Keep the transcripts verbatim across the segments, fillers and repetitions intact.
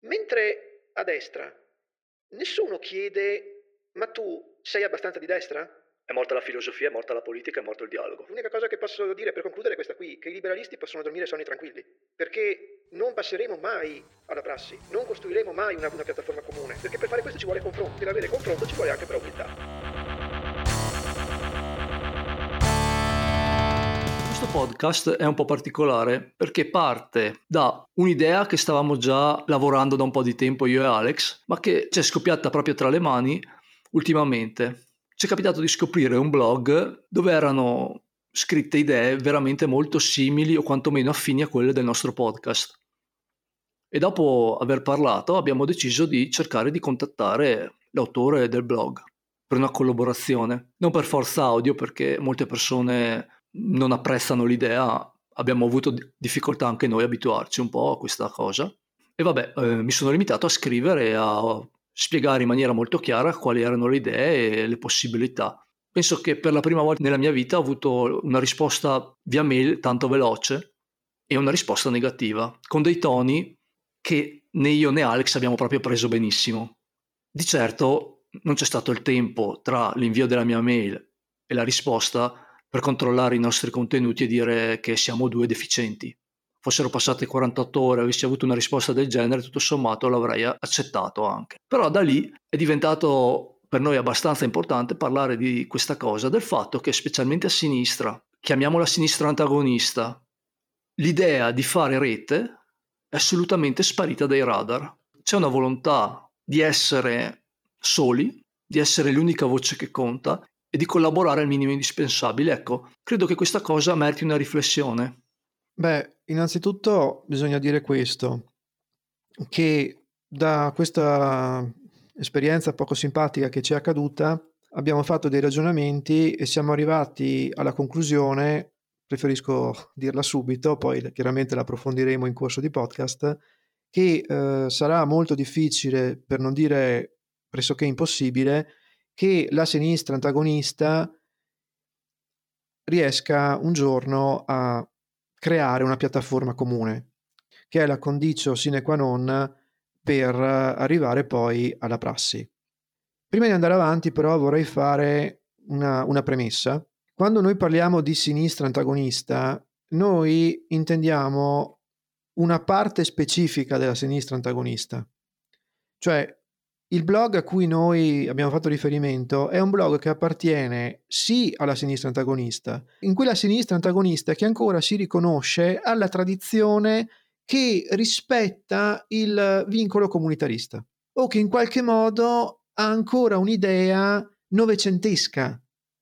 Mentre a destra nessuno chiede: ma tu sei abbastanza di destra? È morta la filosofia, è morta la politica, è morto il dialogo. L'unica cosa che posso dire per concludere è questa qui, che i liberalisti possono dormire sonni tranquilli, perché non passeremo mai alla prassi, non costruiremo mai una, una piattaforma comune, perché per fare questo ci vuole confronto, per avere confronto ci vuole anche però umiltà. Questo podcast è un po' particolare perché parte da un'idea che stavamo già lavorando da un po' di tempo io e Alex, ma che ci è scoppiata proprio tra le mani ultimamente. Ci è capitato di scoprire un blog dove erano scritte idee veramente molto simili o quantomeno affini a quelle del nostro podcast. E dopo aver parlato abbiamo deciso di cercare di contattare l'autore del blog per una collaborazione. Non per forza audio, perché molte persone non apprezzano l'idea, abbiamo avuto difficoltà anche noi a abituarci un po' a questa cosa. E vabbè, eh, mi sono limitato a scrivere e a spiegare in maniera molto chiara quali erano le idee e le possibilità. Penso che per la prima volta nella mia vita ho avuto una risposta via mail tanto veloce e una risposta negativa, con dei toni che né io né Alex abbiamo proprio preso benissimo. Di certo non c'è stato il tempo tra l'invio della mia mail e la risposta per controllare i nostri contenuti e dire che siamo due deficienti. Fossero passate quarantotto ore e avessi avuto una risposta del genere, tutto sommato l'avrei accettato anche. Però da lì è diventato per noi abbastanza importante parlare di questa cosa, del fatto che specialmente a sinistra, chiamiamola sinistra antagonista, l'idea di fare rete è assolutamente sparita dai radar. C'è una volontà di essere soli, di essere l'unica voce che conta e di collaborare al minimo indispensabile. Ecco, credo che questa cosa meriti una riflessione. Beh, innanzitutto bisogna dire questo, che da questa esperienza poco simpatica che ci è accaduta abbiamo fatto dei ragionamenti e siamo arrivati alla conclusione, preferisco dirla subito, poi chiaramente la approfondiremo in corso di podcast, che eh, sarà molto difficile, per non dire pressoché impossibile, che la sinistra antagonista riesca un giorno a creare una piattaforma comune, che è la conditio sine qua non per arrivare poi alla prassi. Prima di andare avanti però vorrei fare una, una premessa. Quando noi parliamo di sinistra antagonista, noi intendiamo una parte specifica della sinistra antagonista. Cioè, il blog a cui noi abbiamo fatto riferimento è un blog che appartiene sì alla sinistra antagonista, in quella sinistra antagonista che ancora si riconosce alla tradizione che rispetta il vincolo comunitarista o che in qualche modo ha ancora un'idea novecentesca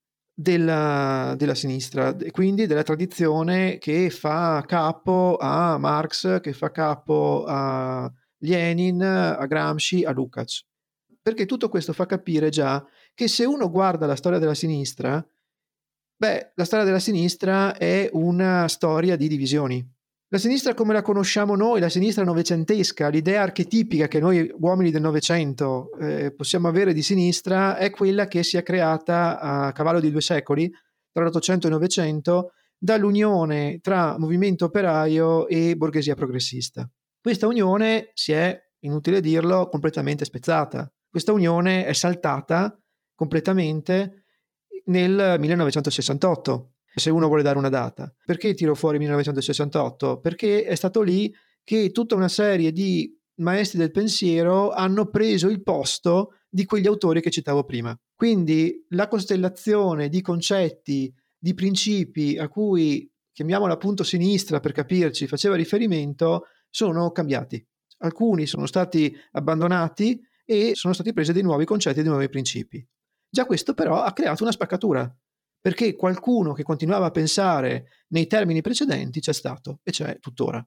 della, della sinistra, quindi della tradizione che fa capo a Marx, che fa capo a Lenin, a Gramsci, a Lukács. Perché tutto questo fa capire già che se uno guarda la storia della sinistra, beh, la storia della sinistra è una storia di divisioni. La sinistra come la conosciamo noi, la sinistra novecentesca, l'idea archetipica che noi uomini del Novecento eh, possiamo avere di sinistra è quella che si è creata a cavallo di due secoli, tra l'Ottocento e il Novecento, dall'unione tra movimento operaio e borghesia progressista. Questa unione si è, inutile dirlo, completamente spezzata. Questa unione è saltata completamente nel millenovecentosessantotto. Se uno vuole dare una data. Perché tiro fuori millenovecentosessantotto? Perché è stato lì che tutta una serie di maestri del pensiero hanno preso il posto di quegli autori che citavo prima. Quindi la costellazione di concetti, di principi a cui, chiamiamola appunto sinistra per capirci, faceva riferimento, sono cambiati. Alcuni sono stati abbandonati e sono stati presi dei nuovi concetti e dei nuovi principi. Già questo però ha creato una spaccatura, perché qualcuno che continuava a pensare nei termini precedenti c'è stato e c'è tuttora.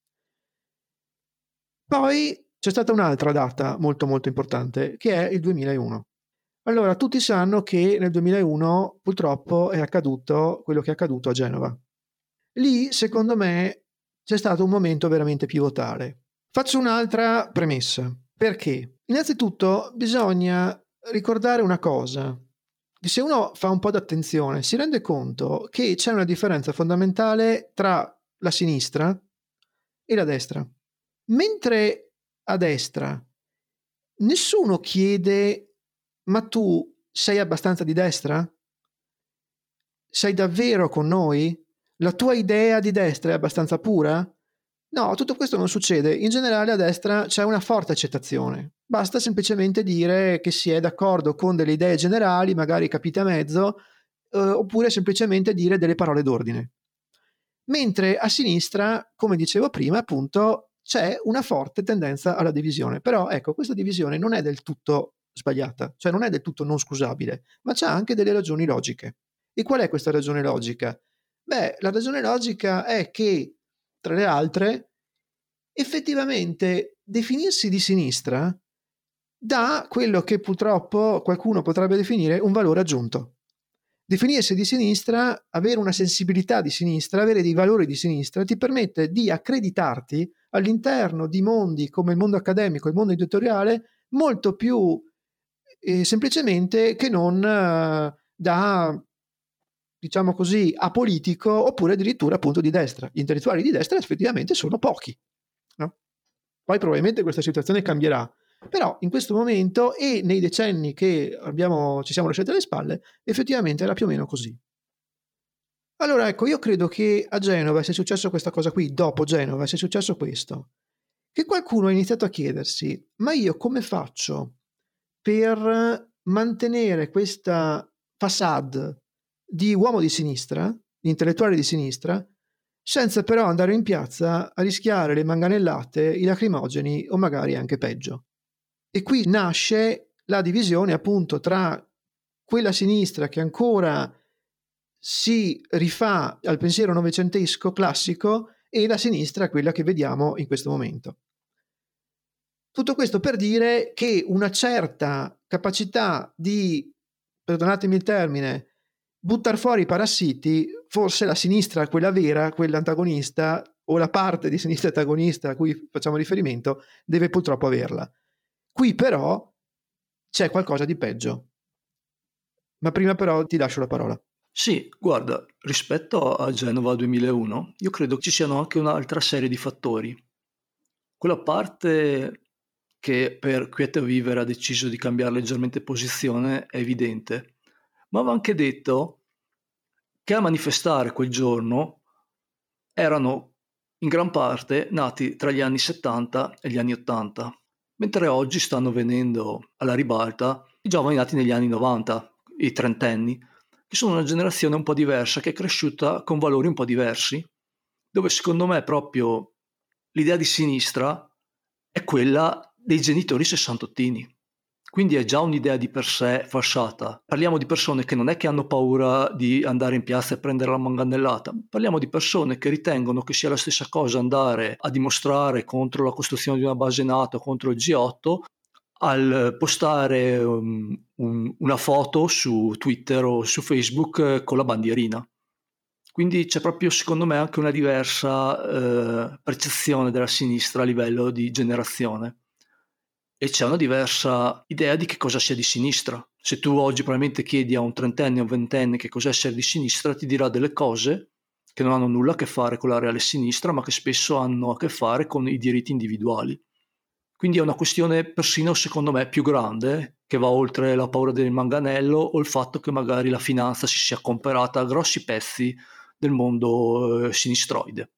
Poi c'è stata un'altra data molto molto importante, che è il duemilauno. Allora, tutti sanno che nel duemilauno purtroppo è accaduto quello che è accaduto a Genova. Lì, secondo me, c'è stato un momento veramente pivotale. Faccio un'altra premessa. Perché? Innanzitutto bisogna ricordare una cosa. Se uno fa un po' d'attenzione si rende conto che c'è una differenza fondamentale tra la sinistra e la destra. Mentre a destra, nessuno chiede: ma tu sei abbastanza di destra? Sei davvero con noi? La tua idea di destra è abbastanza pura? No, tutto questo non succede. In generale a destra c'è una forte accettazione. Basta semplicemente dire che si è d'accordo con delle idee generali, magari capite a mezzo, eh, oppure semplicemente dire delle parole d'ordine. Mentre a sinistra, come dicevo prima, appunto, c'è una forte tendenza alla divisione. Però ecco, questa divisione non è del tutto sbagliata, cioè non è del tutto non scusabile, ma c'ha anche delle ragioni logiche. E qual è questa ragione logica? Beh, la ragione logica è che, tra le altre, effettivamente definirsi di sinistra dà quello che purtroppo qualcuno potrebbe definire un valore aggiunto. Definirsi di sinistra, avere una sensibilità di sinistra, avere dei valori di sinistra, ti permette di accreditarti all'interno di mondi come il mondo accademico, il mondo editoriale, molto più eh, semplicemente che non eh, da, diciamo così, apolitico, oppure addirittura appunto di destra. Gli intellettuali di destra effettivamente sono pochi, no? Poi probabilmente questa situazione cambierà, però in questo momento e nei decenni che abbiamo, ci siamo lasciati alle spalle, effettivamente era più o meno così. Allora ecco, io credo che a Genova sia successo questa cosa qui, dopo Genova sia successo questo, che qualcuno ha iniziato a chiedersi: ma io come faccio per mantenere questa façade di uomo di sinistra, di intellettuale di sinistra, senza però andare in piazza a rischiare le manganellate, i lacrimogeni o magari anche peggio. E qui nasce la divisione appunto tra quella sinistra che ancora si rifà al pensiero novecentesco classico e la sinistra, quella che vediamo in questo momento. Tutto questo per dire che una certa capacità di, perdonatemi il termine, buttar fuori i parassiti, forse la sinistra, quella vera, quella antagonista, o la parte di sinistra antagonista a cui facciamo riferimento, deve purtroppo averla. Qui però c'è qualcosa di peggio. Ma prima però ti lascio la parola. Sì, guarda, rispetto a Genova duemilauno, io credo che ci siano anche un'altra serie di fattori. Quella parte che per Quiete Vivere ha deciso di cambiare leggermente posizione è evidente, ma va anche detto che a manifestare quel giorno erano in gran parte nati tra gli anni settanta e gli anni ottanta, mentre oggi stanno venendo alla ribalta i giovani nati negli anni novanta, i trentenni, che sono una generazione un po' diversa, che è cresciuta con valori un po' diversi, dove secondo me proprio l'idea di sinistra è quella dei genitori sessantottini. Quindi è già un'idea di per sé falsata. Parliamo di persone che non è che hanno paura di andare in piazza e prendere la manganellata, parliamo di persone che ritengono che sia la stessa cosa andare a dimostrare contro la costruzione di una base NATO, contro il G otto, al postare um, un, una foto su Twitter o su Facebook con la bandierina. Quindi c'è proprio, secondo me, anche una diversa eh, percezione della sinistra a livello di generazione. E c'è una diversa idea di che cosa sia di sinistra. Se tu oggi probabilmente chiedi a un trentenne o un ventenne che cos'è essere di sinistra, ti dirà delle cose che non hanno nulla a che fare con la reale sinistra, ma che spesso hanno a che fare con i diritti individuali. Quindi è una questione persino, secondo me, più grande, che va oltre la paura del manganello o il fatto che magari la finanza si sia comperata a grossi pezzi del mondo eh, sinistroide.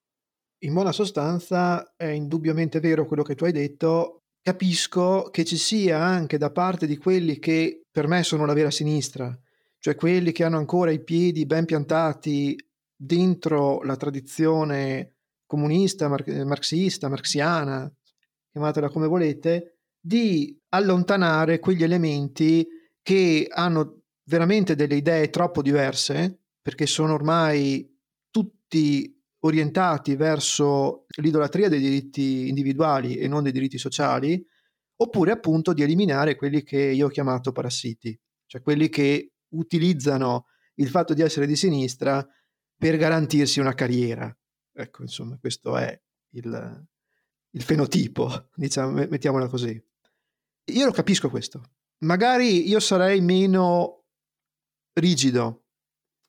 In buona sostanza è indubbiamente vero quello che tu hai detto. Capisco che ci sia anche da parte di quelli che per me sono la vera sinistra, cioè quelli che hanno ancora i piedi ben piantati dentro la tradizione comunista, mar- marxista, marxiana, chiamatela come volete, di allontanare quegli elementi che hanno veramente delle idee troppo diverse, perché sono ormai tutti orientati verso l'idolatria dei diritti individuali e non dei diritti sociali, oppure appunto di eliminare quelli che io ho chiamato parassiti, cioè quelli che utilizzano il fatto di essere di sinistra per garantirsi una carriera. Ecco, insomma, questo è il, il fenotipo, diciamo, mettiamola così. Io lo capisco questo. Magari io sarei meno rigido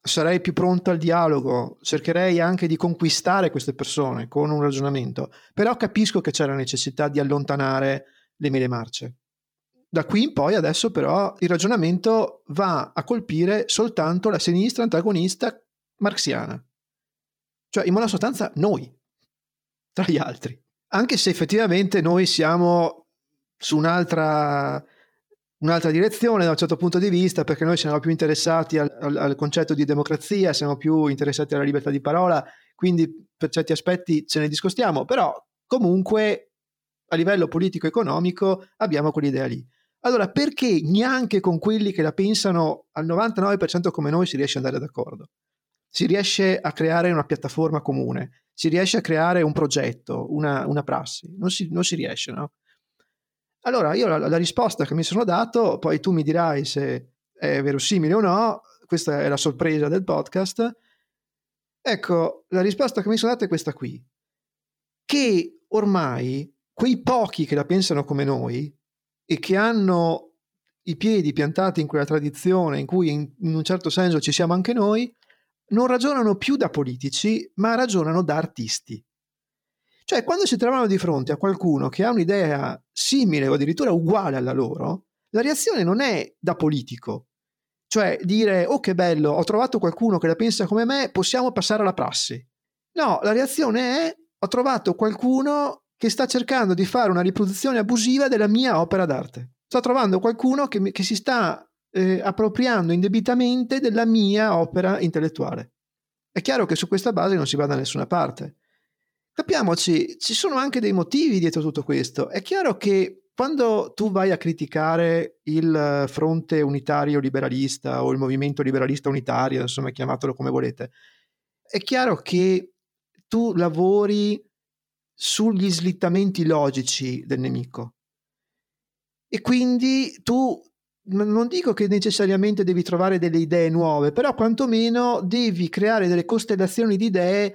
sarei più pronto al dialogo, cercherei anche di conquistare queste persone con un ragionamento, però capisco che c'è la necessità di allontanare le mele marce. Da qui in poi adesso però il ragionamento va a colpire soltanto la sinistra antagonista marxiana, cioè in buona sostanza noi, tra gli altri, anche se effettivamente noi siamo su un'altra, un'altra direzione da un certo punto di vista, perché noi siamo più interessati al, al, al concetto di democrazia, siamo più interessati alla libertà di parola, quindi per certi aspetti ce ne discostiamo, però comunque a livello politico-economico abbiamo quell'idea lì. Allora, perché neanche con quelli che la pensano al novantanove per cento come noi si riesce ad andare d'accordo? Si riesce a creare una piattaforma comune, si riesce a creare un progetto, una, una prassi, non si, non si riesce, no? Allora, io la, la risposta che mi sono dato, poi tu mi dirai se è verosimile o no, questa è la sorpresa del podcast. Ecco, la risposta che mi sono data è questa qui, che ormai quei pochi che la pensano come noi e che hanno i piedi piantati in quella tradizione in cui in, in un certo senso ci siamo anche noi, non ragionano più da politici, ma ragionano da artisti. Cioè, quando si trovano di fronte a qualcuno che ha un'idea simile o addirittura uguale alla loro, la reazione non è da politico. Cioè, dire, oh che bello, ho trovato qualcuno che la pensa come me, possiamo passare alla prassi. No, la reazione è, ho trovato qualcuno che sta cercando di fare una riproduzione abusiva della mia opera d'arte. Sto trovando qualcuno che, che si sta eh, appropriando indebitamente della mia opera intellettuale. È chiaro che su questa base non si va da nessuna parte. Capiamoci, ci sono anche dei motivi dietro tutto questo. È chiaro che quando tu vai a criticare il fronte unitario liberalista o il movimento liberalista unitario, insomma chiamatelo come volete, è chiaro che tu lavori sugli slittamenti logici del nemico. E quindi tu, non dico che necessariamente devi trovare delle idee nuove, però quantomeno devi creare delle costellazioni di idee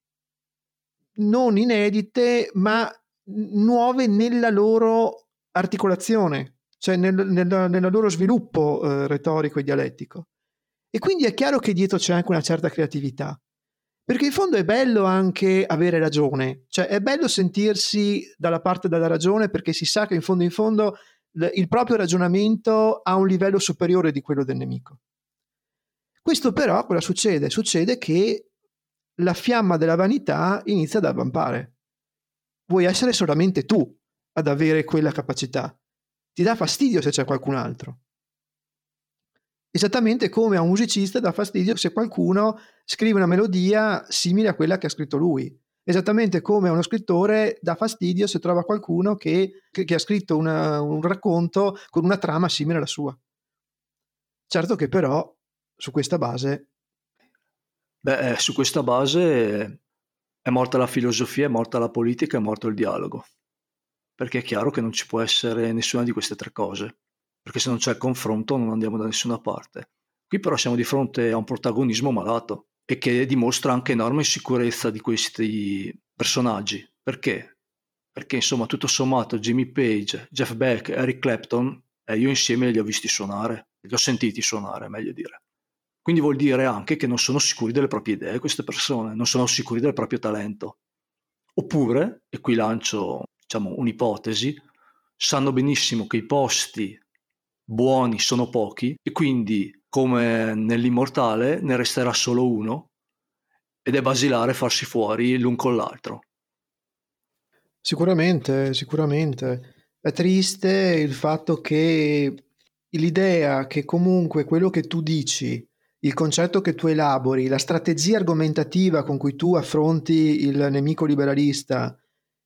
non inedite, ma nuove nella loro articolazione, cioè nel, nel, nel loro sviluppo eh, retorico e dialettico. E quindi è chiaro che dietro c'è anche una certa creatività, perché in fondo è bello anche avere ragione, cioè è bello sentirsi dalla parte della ragione, perché si sa che in fondo in fondo il proprio ragionamento ha un livello superiore di quello del nemico. Questo però cosa succede? Succede che la fiamma della vanità inizia ad avvampare. Vuoi essere solamente tu ad avere quella capacità. Ti dà fastidio se c'è qualcun altro. Esattamente come a un musicista dà fastidio se qualcuno scrive una melodia simile a quella che ha scritto lui. Esattamente come a uno scrittore dà fastidio se trova qualcuno che, che, che ha scritto una, un racconto con una trama simile alla sua. Certo che però su questa base... Beh, su questa base è morta la filosofia, è morta la politica, è morto il dialogo. Perché è chiaro che non ci può essere nessuna di queste tre cose. Perché se non c'è il confronto non andiamo da nessuna parte. Qui però siamo di fronte a un protagonismo malato e che dimostra anche enorme insicurezza di questi personaggi. Perché? Perché insomma tutto sommato Jimmy Page, Jeff Beck, Eric Clapton, eh, io insieme li ho visti suonare, li ho sentiti suonare, meglio dire. Quindi vuol dire anche che non sono sicuri delle proprie idee queste persone, non sono sicuri del proprio talento. Oppure, e qui lancio diciamo un'ipotesi, sanno benissimo che i posti buoni sono pochi e quindi come nell'Immortale ne resterà solo uno ed è basilare farsi fuori l'un con l'altro. Sicuramente, sicuramente. È triste il fatto che l'idea che comunque quello che tu dici, il concetto che tu elabori, la strategia argomentativa con cui tu affronti il nemico liberalista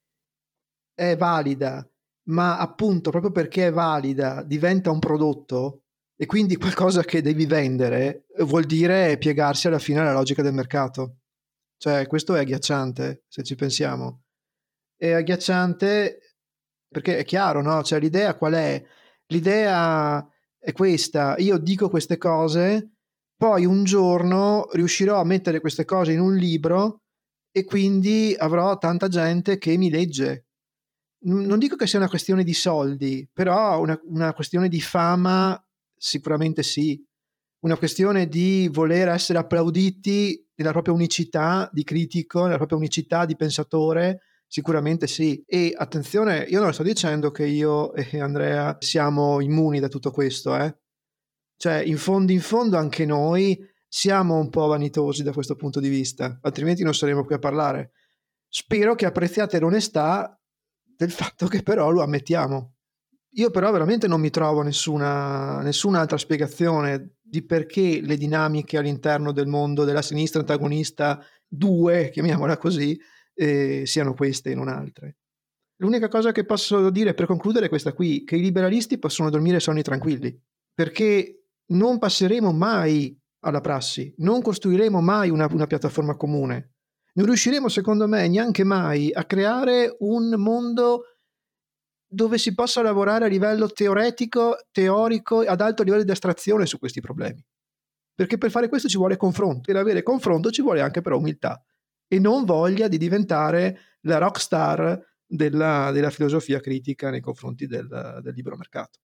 è valida, ma appunto proprio perché è valida diventa un prodotto e quindi qualcosa che devi vendere, vuol dire piegarsi alla fine alla logica del mercato. Cioè, questo è agghiacciante, se ci pensiamo. È agghiacciante perché è chiaro, no? Cioè, l'idea qual è? L'idea è questa: io dico queste cose, poi un giorno riuscirò a mettere queste cose in un libro e quindi avrò tanta gente che mi legge. Non dico che sia una questione di soldi, però una, una questione di fama sicuramente sì. una questione di voler essere applauditi nella propria unicità di critico, nella propria unicità di pensatore? Sicuramente sì. E attenzione, io non sto dicendo che io e Andrea siamo immuni da tutto questo, eh. Cioè, in fondo in fondo anche noi siamo un po' vanitosi da questo punto di vista, altrimenti non saremo qui a parlare. Spero che apprezziate l'onestà del fatto che però lo ammettiamo. Io però veramente non mi trovo nessuna, nessun'altra spiegazione di perché le dinamiche all'interno del mondo della sinistra antagonista due, chiamiamola così, eh, siano queste e non altre. L'unica cosa che posso dire per concludere è questa qui, che i liberalisti possono dormire sonni tranquilli, perché non passeremo mai alla prassi, non costruiremo mai una, una piattaforma comune, non riusciremo secondo me neanche mai a creare un mondo dove si possa lavorare a livello teoretico, teorico, ad alto livello di astrazione su questi problemi. Perché per fare questo ci vuole confronto, e per avere confronto ci vuole anche però umiltà e non voglia di diventare la rockstar della, della filosofia critica nei confronti del, del libero mercato.